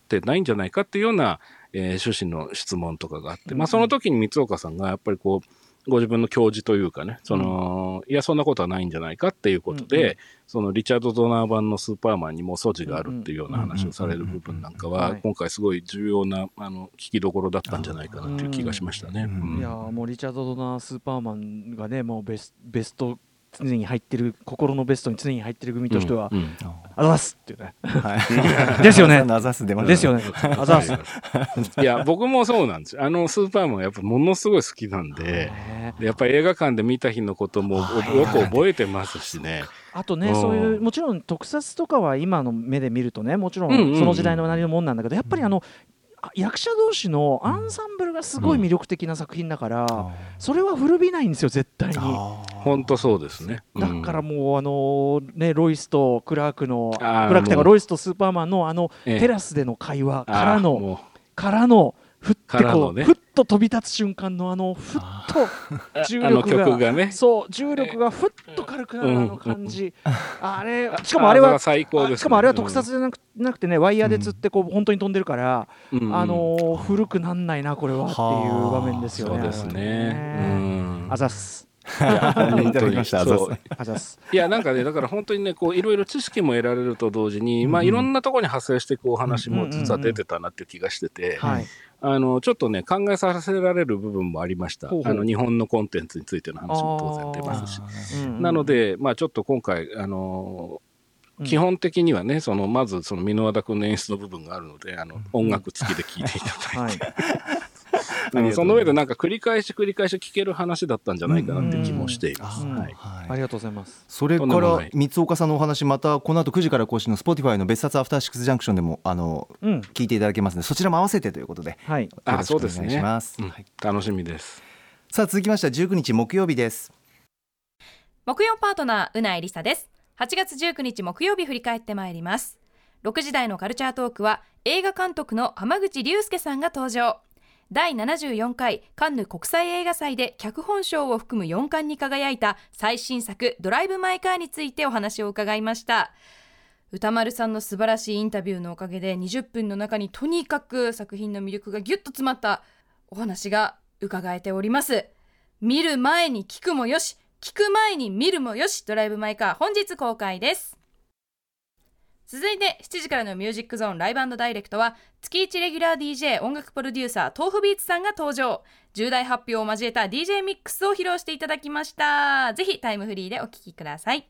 ってないんじゃないかっていうような、趣旨の質問とかがあって、その時に三岡さんがやっぱりこうご自分の教示というかね、いやそんなことはないんじゃないかっていうことで、そのリチャード・ドナー版のスーパーマンにも素地があるっていうような話をされる部分なんかは、今回すごい重要な聞きどころだったんじゃないかなっていう気がしましたね。 いやもうリチャード・ドナースーパーマンがね、もうベスト常に入ってる、心のベストに常に入ってる組としては、あざすっていうね、ですよね、ですよね、あざす。 いや僕もそうなんですよ。スーパーマンやっぱものすごい好きなんで、やっぱり映画館で見た日のこともよく覚えてますしね。 あとね、そういうもちろん特撮とかは今の目で見るとね、もちろんその時代のなりのもんなんだけど、やっぱり役者同士のアンサンブルがすごい魅力的な作品だから、それは古びないんですよ絶対に。 本当そうですね。 だからもうロイスとクラークのクラークというかロイスとスーパーマンのテラスでの会話からのふってこうふっと飛び立つ瞬間のふっと重力がね、そう重力がふっと軽くなる感じ、あれしかもあれは最高ですね。しかもあれは特撮じゃなくてね、ワイヤーで釣ってこう本当に飛んでるから、古くなんないなこれはっていう場面ですよね。 そうですね。 あざっす。 いただきました。 いやなんかね、だから本当にね、こういろいろ知識も得られると同時に、いろんなところに派生していくお話も実は出てたなっていう気がしてて、ちょっとね考えさせられる部分もありました。日本のコンテンツについての話も当然出ますし、なのでちょっと今回基本的にはね、まず箕輪田君の演出の部分があるので、音楽付きで聴いていただいて。その上でなんか繰り返し聞ける話だったんじゃないかなって気もしています。 ありがとうございます。 それから三岡さんのお話、またこの後9時から更新の Spotify の別冊アフターシックスジャンクションでも聞いていただけますので、そちらも合わせてということで、よろしくお願いします。 楽しみです。 さあ続きましては19日木曜日です。 木曜パートナーうないりさです。8月19日木曜日振り返ってまいります。6時台のカルチャートークは映画監督の濱口竜介さんが登場。第74回カンヌ国際映画祭で脚本賞を含む4冠に輝いた最新作ドライブ・マイ・カーについてお話を伺いました。歌丸さんの素晴らしいインタビューのおかげで20分の中にとにかく作品の魅力がギュッと詰まったお話が伺えております。見る前に聞くもよし、聞く前に見るもよし、ドライブ・マイ・カー本日公開です。続いて7時からのミュージックゾーンライブ&ダイレクトは月1レギュラー DJ 音楽プロデューサー豆腐ビーツさんが登場。重大発表を交えた DJ ミックスを披露していただきました。ぜひタイムフリーでお聴きください。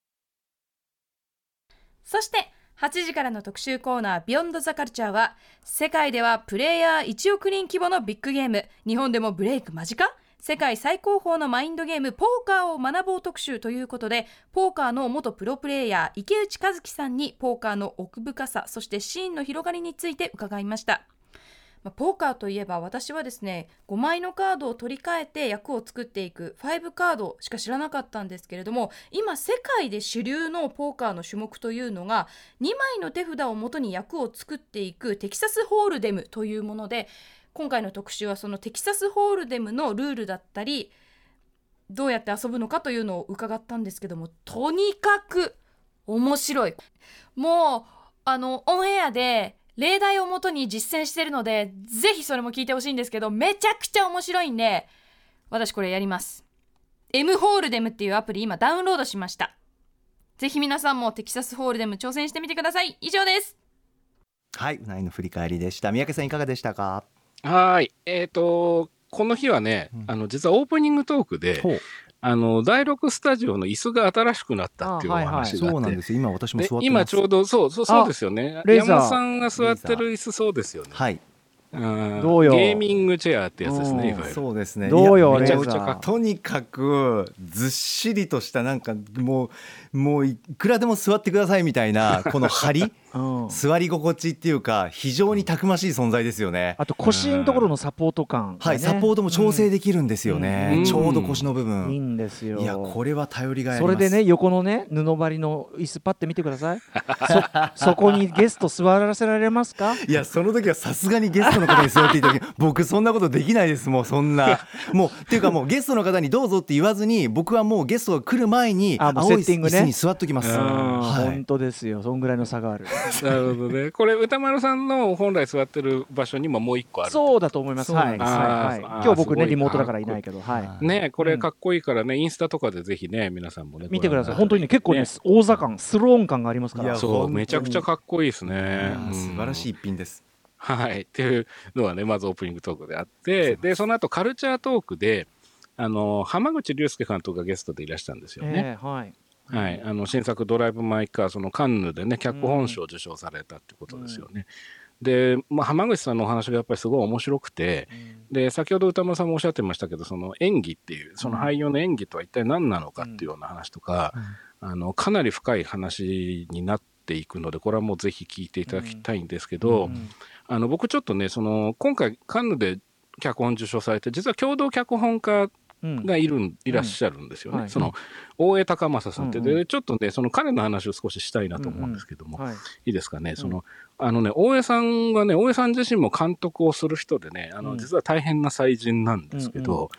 そして8時からの特集コーナービヨンドザカルチャーは世界ではプレイヤー1億人規模のビッグゲーム、日本でもブレイク間近、世界最高峰のマインドゲームポーカーを学ぼう特集ということで、ポーカーの元プロプレイヤー池内和樹さんにポーカーの奥深さ、そしてシーンの広がりについて伺いました。ポーカーといえば私はですね、5枚のカードを取り替えて役を作っていく5カードしか知らなかったんですけれども、今世界で主流のポーカーの種目というのが2枚の手札を元に役を作っていくテキサスホールデムというもので、今回の特集はそのテキサスホールデムのルールだったりどうやって遊ぶのかというのを伺ったんですけども、とにかく面白い。もうオンエアで例題をもとに実践してるのでぜひそれも聞いてほしいんですけど、めちゃくちゃ面白いんで私これやります。 M ホールデムっていうアプリ今ダウンロードしました。ぜひ皆さんもテキサスホールデム挑戦してみてください。以上です。 はい、うないの振り返りでした。三宅さんいかがでしたか？ はい、この日はね、実はオープニングトークで第6スタジオの椅子が新しくなったっていうお話があって、 そうなんですよ。今私も座ってます。 今ちょうどそうですよね。山本さんが座ってる椅子そうですよね。はい。 どうよゲーミングチェアってやつですね。 そうですね。 どうよめちゃくちゃとにかくずっしりとしたなんかもういくらでも座ってくださいみたいなこの張り座り心地っていうか非常にたくましい存在ですよね。 あと腰のところのサポート感、 はい、サポートも調整できるんですよね。ちょうど腰の部分いいんですよ。 いやこれは頼りがいあります。 それでね、横のね布張りの椅子パッて見てください。そこにゲスト座らせられますか？ いやその時はさすがにゲストの方に座っていただき僕そんなことできないです。もうそんなもうっていうかもうゲストの方にどうぞって言わずに僕はもうゲストが来る前に青い椅子に座っときます。 本当ですよ。そんぐらいの差がある。 なるほどね。これ歌丸さんの本来座ってる場所にももう一個ある。 そうだと思います。はい。今日僕ねリモートだからいないけど、はい。 ね、これかっこいいからね、インスタとかでぜひね皆さんもね見てください。本当にね結構ね王座感、スローン感がありますから。 そう、めちゃくちゃかっこいいですね。 素晴らしい一品です。 はい、っていうのはねまずオープニングトークであって、でその後カルチャートークで浜口竜介監督がゲストでいらしたんですよね。はい。はい、新作ドライブ・マイ・カー、そのカンヌでね脚本賞を受賞されたってことですよね。で、浜口さんのお話がやっぱりすごい面白くて、で先ほど歌丸さんもおっしゃってましたけど、その演技っていうその俳優の演技とは一体何なのかっていうような話とか、かなり深い話になっていくので、これはもうぜひ聞いていただきたいんですけど、僕ちょっとね今回カンヌで脚本受賞されて、実は共同脚本家がいらっしゃるんですよね。その大江隆正さんって、でちょっとねその彼の話を少ししたいなと思うんですけども、いいですかね。大江さんはね、大江さん自身も監督をする人でね、実は大変な才人なんですけど、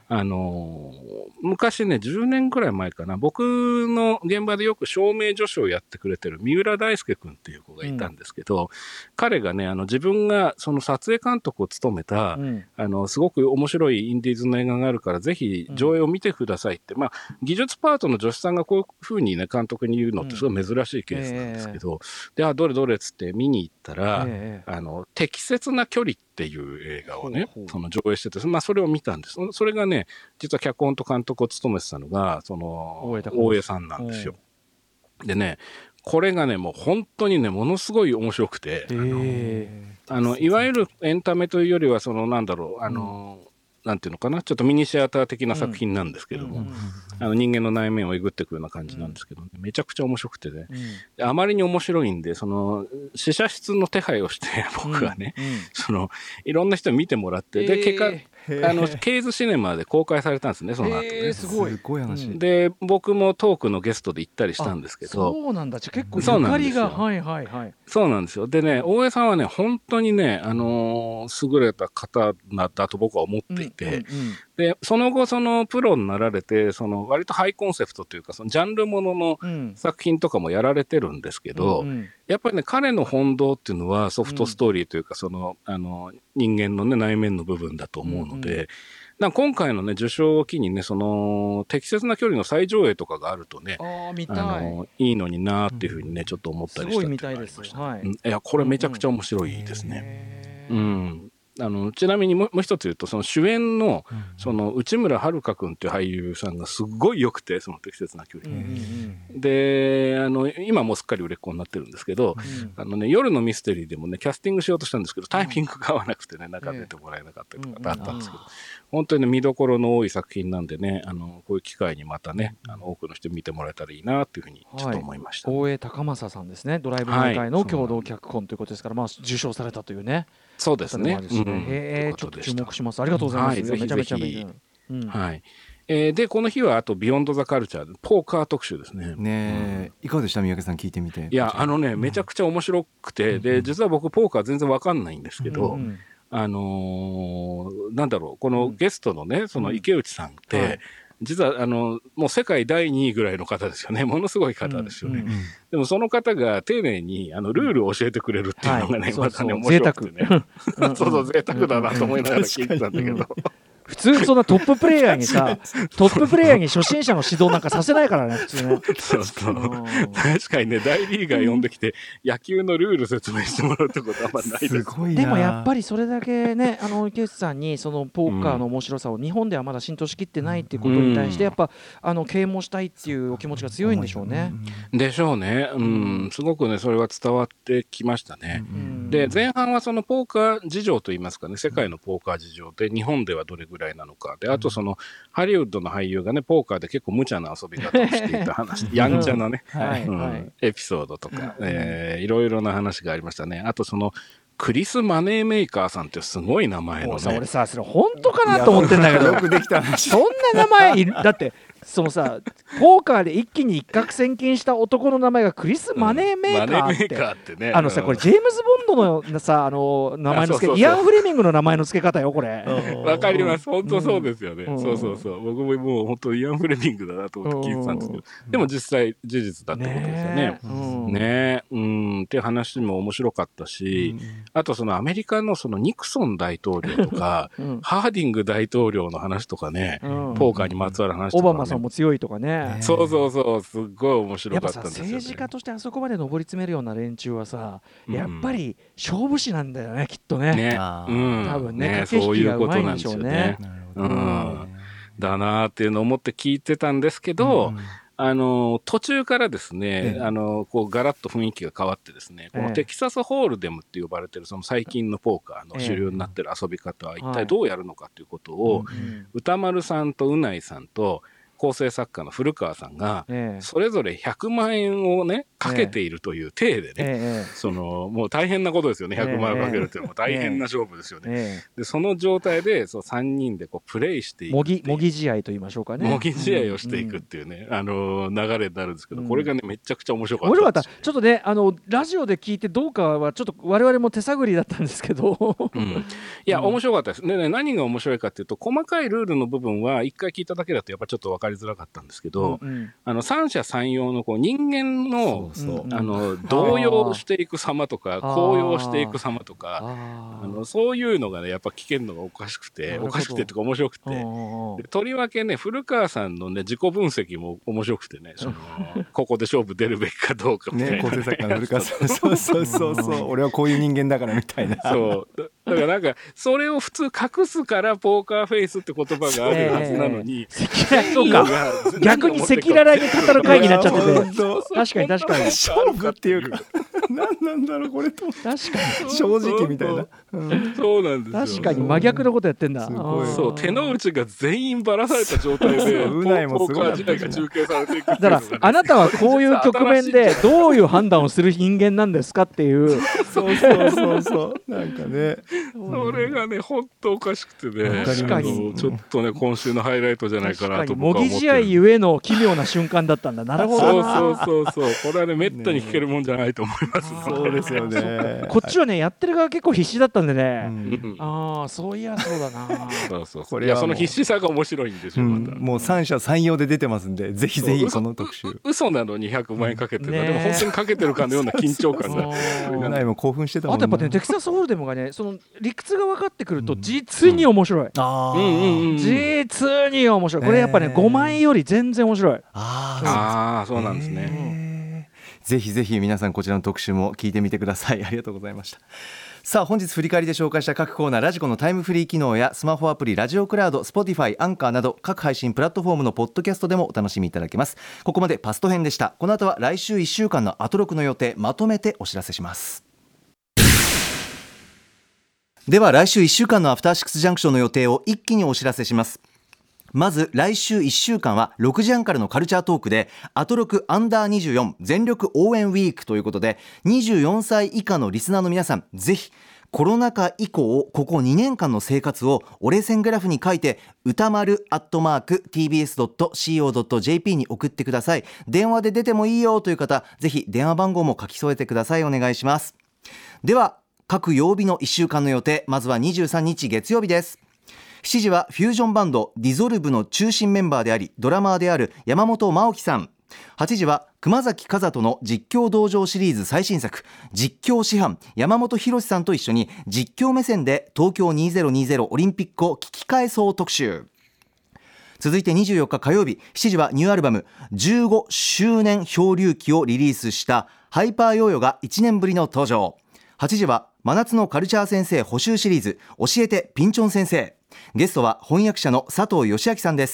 昔ね10年くらい前かな、僕の現場でよく照明助手をやってくれてる三浦大輔君っていう子がいたんですけど、彼がね自分がその撮影監督を務めた、すごく面白いインディーズの映画があるからぜひ上映を見てくださいって、技術パートの助手さんがこういうふうにね監督に言うのってすごい珍しいケースなんですけど、でどれどれっつって見に行ったら、適切な距離っていう映画をねその上映してて、それを見たんです。それがね実は脚本と監督を務めてたのがその大江さんなんですよ。でねこれがねもう本当にねものすごい面白くて、いわゆるエンタメというよりはそのなんだろうなんていうのかな、ちょっとミニシアター的な作品なんですけども、人間の内面をえぐっていくような感じなんですけど、めちゃくちゃ面白くてね、あまりに面白いんでその試写室の手配をして僕がね、いろんな人に見てもらって、で結果ケーズシネマで公開されたんですね、その後ね。 すごい話で僕もトークのゲストで行ったりしたんですけど、 そうなんだ、じゃ結構ゆかりがそうなんですよ。でね大江さんはね本当にね優れた方だと僕は思っていて、でその後そのプロになられてその割とハイコンセプトというかそのジャンルものの作品とかもやられてるんですけど、やっぱりね彼の本道っていうのはソフトストーリーというかその人間のね内面の部分だと思うので、今回のね受賞を機にねその適切な距離の再上映とかがあるとねいいのになっていうふうにねちょっと思ったりしたっていうのがありました。いやこれめちゃくちゃ面白いですね。ちなみにもう一つ言うとその主演のその内村遥君っていう俳優さんがすごい良くて、その適切な距離で今もうすっかり売れっ子になってるんですけど、夜のミステリーでもねキャスティングしようとしたんですけどタイミングが合わなくてね中出てもらえなかったりとかあったんですけど、本当にね見どころの多い作品なんでねこういう機会にまたね多くの人見てもらえたらいいなっていうふうにちょっと思いました。 大江隆正さんですね。ドライブマイカーの共同脚本ということですから、受賞されたというね。 そうですね。 ちょっと注目します。ありがとうございます。 ぜひぜひ。でこの日はあとビヨンドザカルチャーポーカー特集ですね。 いかがでした三宅さん聞いてみて。 いやめちゃくちゃ面白くて、で実は僕ポーカー全然わかんないんですけど、なんだろうこのゲストのねその池内さんって。実はもう世界第2位ぐらいの方ですよね。ものすごい方ですよね。でもその方が丁寧にルールを教えてくれるっていうのがね、またね面白くてね。そう贅沢だなと思いながら聞いてたんだけど。 普通そんなトッププレイヤーにさトッププレイヤーに初心者の指導なんかさせないからね普通ね。 確かにね大リーガー呼んできて野球のルール説明してもらうってことはあんまないです。 でもやっぱりそれだけね池内さんにそのポーカーの面白さを日本ではまだ浸透しきってないっていうことに対してやっぱ啓蒙したいっていうお気持ちが強いんでしょうね。 でしょうね。すごくねそれは伝わってきましたね。で前半はそのポーカー事情といいますかね、世界のポーカー事情で日本ではどれぐらいなのかで、あとそのハリウッドの俳優がねポーカーで結構無茶な遊び方をしていた話やんちゃなねエピソードとかいろいろな話がありましたね。あとそのクリス・マネーメーカーさんってすごい名前のね。 俺さそれ本当かなと思ってんだけどよくできた話。そんな名前だってそのさポーカーで一気に一攫千金した男の名前がクリス・マネーメーカーってね、 さこれジェームズ・ボンドのさ名前の付けイアン・フレミングの名前の付け方よこれ。 わかります。本当そうですよね。そう僕ももう本当イアン・フレミングだなと思って聞いてたんですけど、でも実際事実だってことですよね。ねって話も面白かったし、あとそのアメリカのそのニクソン大統領とかハーディング大統領の話とかね、ポーカーにまつわる話とか、 オバマさんも強いとかね。 そうすっごい面白かったんですよね。 やっぱさ政治家としてあそこまで上り詰めるような連中はさ、やっぱり勝負師なんだよねきっとね。多分ね駆け引きがうまいんでしょうね。 だなーっていうのを思って聞いてたんですけど、途中からですね、こうガラッと雰囲気が変わってですね、このテキサスホールデムって呼ばれてるその最近のポーカーの主流になってる遊び方は一体どうやるのかということを、歌丸さんとうないさんと構成作家の古川さんがそれぞれ100万円をねかけているという体でね、もう大変なことですよね。100万円をかけるっていうのは大変な勝負ですよね。でその状態で3人でこうプレイしていく模擬試合と言いましょうかね。 模擬試合をしていくっていうね、流れになるんですけど、これがねめちゃくちゃ面白かった。 面白かった。ちょっとねラジオで聞いてどうかはちょっと我々も手探りだったんですけど、 いや面白かったです。でね、何が面白いかっていうと、細かいルールの部分は一回聞いただけだとやっぱちょっと分かりづらかったんですけど、三者三様のこう人間の動揺していく様とか高揚していく様とか、そういうのがねやっぱ聞けるのがおかしくてというか面白くて、とりわけね古川さんのね自己分析も面白くてね、ここで勝負出るべきかどうかみたいな、 構成作家の古川さんそう俺はこういう人間だからみたいな。 そうだからなんかそれを普通隠すからポーカーフェイスって言葉があるはずなのに、 そうか逆に赤裸々に語る会になっちゃってて、確かに勝負っていうか何なんだろうこれと、 確かに正直みたいな。 そうなんですよ。 確かに真逆のことやってんだ。 そう手の内が全員ばらされた状態でポーカー時代が中継されていく。 だからあなたはこういう局面でどういう判断をする人間なんですかっていう。 そうなんかね、 それがね本当おかしくてね、確かにちょっとね今週のハイライトじゃないかなと僕は思ってる。 模擬試合ゆえの奇妙な瞬間だったんだ。なるほどな。 そうこれはねめったに聞けるもんじゃないと思います。 そうですよね。 こっちはねやってる側結構必死だったんでね、そういやそうだな。 これはその必死さが面白いんですよ。 もう三者三様で出てますんで、ぜひぜひこの特集。 嘘なのに100万円かけてる、でも本当にかけてるかのような緊張感がもう興奮してたもんね。 あとやっぱねテキサスホールデムがねその理屈が分かってくると実に面白い。実に面白い。これやっぱね5万円より全然面白い。 そうなんですね。 ぜひぜひ皆さんこちらの特集も聞いてみてください。ありがとうございました。さあ本日振り返りで紹介した各コーナー、ラジコのタイムフリー機能やスマホアプリラジオクラウド、Spotify、アンカーなど各配信プラットフォームのポッドキャストでもお楽しみいただけます。ここまでパスト編でした。この後は来週1週間のアトロクの予定まとめてお知らせします。では来週1週間のアフターシックスジャンクションの予定を一気にお知らせします。まず来週1週間は6時半からのカルチャートークでアトロクアンダー24全力応援ウィークということで、24歳以下のリスナーの皆さん、ぜひコロナ禍以降ここ2年間の生活を折れ線グラフに書いて歌丸@tbs.co.jp に送ってください。電話で出てもいいよという方、ぜひ電話番号も書き添えてください。お願いします。では各曜日の1週間の予定、まずは23日月曜日です。7時はフュージョンバンドディゾルブの中心メンバーでありドラマーである山本真央さん。8時は熊崎和人の実況道場シリーズ最新作実況師範山本博さんと一緒に実況目線で東京2020オリンピックを聞き返そう特集。続いて24日火曜日7時はニューアルバム15周年漂流記をリリースしたハイパーヨーヨが1年ぶりの登場。8時は真夏のカルチャー先生補習シリーズ教えてピンチョン先生。ゲストは翻訳者の佐藤義明さんです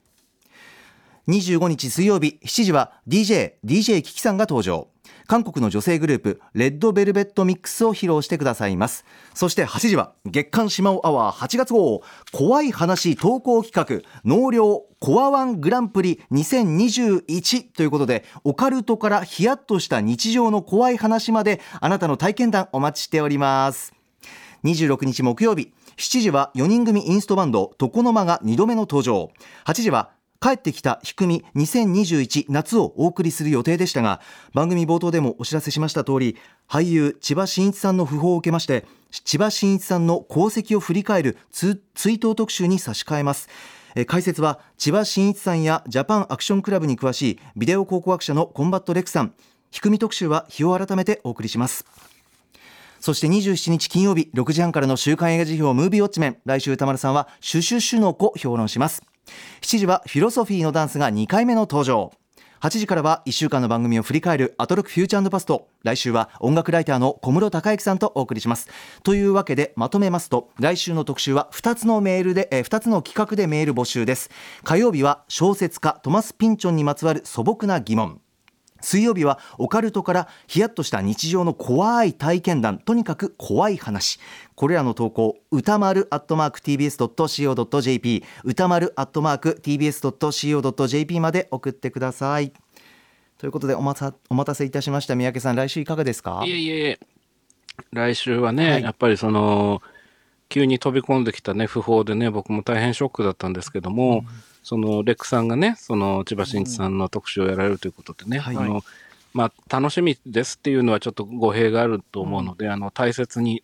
。25日水曜日7時は DJ キキさんが登場。韓国の女性グループレッドベルベットミックスを披露してくださいます。そして8時は月刊しまおアワー8月号怖い話投稿企画納涼コアワングランプリ2021ということで、オカルトからヒヤッとした日常の怖い話まであなたの体験談お待ちしております。26日木曜日7時は4人組インストバンド床の間が2度目の登場。8時は帰ってきたひくみ2021夏をお送りする予定でしたが、番組冒頭でもお知らせしました通り、俳優千葉真一さんの訃報を受けまして、千葉真一さんの功績を振り返る追悼特集に差し替えます。解説は千葉真一さんやジャパンアクションクラブに詳しいビデオ考古学者のコンバットレクさん。ひくみ特集は日を改めてお送りします。そして27日金曜日6時半からの週刊映画辞表ムービーウォッチメン、来週歌丸さんはシュシュシュの子評論します。7時はフィロソフィーのダンスが2回目の登場。8時からは1週間の番組を振り返るアトロックフューチャーパスト、来週は音楽ライターの小室孝之さんとお送りします。というわけでまとめますと、来週の特集は2つの企画でメール募集です。火曜日は小説家トマス・ピンチョンにまつわる素朴な疑問、水曜日はオカルトからヒヤッとした日常の怖い体験談、とにかく怖い話。これらの投稿、歌丸@tbs.co.jp 歌丸@tbs.co.jp まで送ってください。ということでお待たせいたしました。三宅さん、来週いかがですか？ いえ来週はね、やっぱり急に飛び込んできたね訃報でね、僕も大変ショックだったんですけども、レックさんがね、千葉真一さんの特集をやられるということでね、楽しみですっていうのはちょっと語弊があると思うので、大切に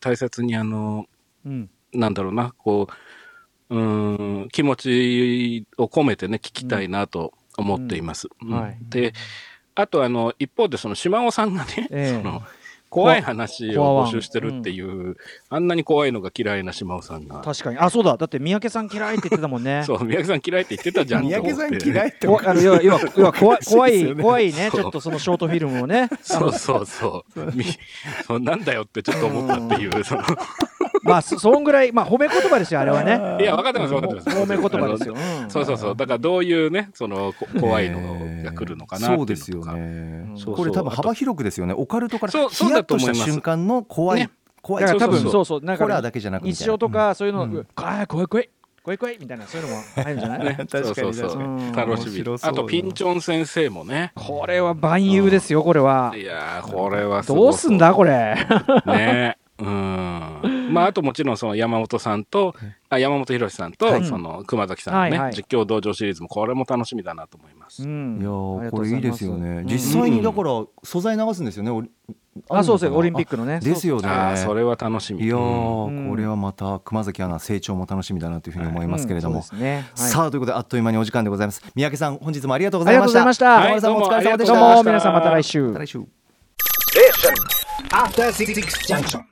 なんだろうな、気持ちを込めてね聞きたいなと思っています。で、あと一方で島尾さんがね、怖い話を募集してるっていう、あんなに怖いのが嫌いな島尾さんが。 確かに。そうだ、だって三宅さん嫌いって言ってたもんね。 そう、三宅さん嫌いって言ってたじゃん。 三宅さん嫌いって要は怖いね、ちょっとそのショートフィルムをね。 そうなんだよってちょっと思ったっていう。 そんぐらい、褒め言葉ですよ、あれはね。 いや、分かってます。 褒め言葉ですよ。 そう。だからどういうね、怖いのが来るのかなっていうのとか。 そうですよね。これ多分幅広くですよね。オカルトからヒヤッとした瞬間の怖い。だから多分そう、なんかホラーだけじゃなくて、 日常とかそういうの、怖いみたいな、そういうのも入るんじゃない？ 確かに楽しみ。あとピンチョン先生もね。 これは万有ですよ、これは。 いや、これはどうすんだこれ。 ね。あともちろん山本さんと山本博さんと熊崎さんのね、実況道場シリーズもこれも楽しみだなと思います。 いや、これいいですよね。実際にだから素材流すんですよね。 そうですよ、オリンピックのね。 ですよね。 それは楽しみ。 いや、これはまた熊崎アナ成長も楽しみだなというふうに思いますけれども。さあ、ということであっという間にお時間でございます。三宅さん、本日もありがとうございました。 山田さんもお疲れ様でした。どうも皆さん、また来週。 また来週。 After 66 junction.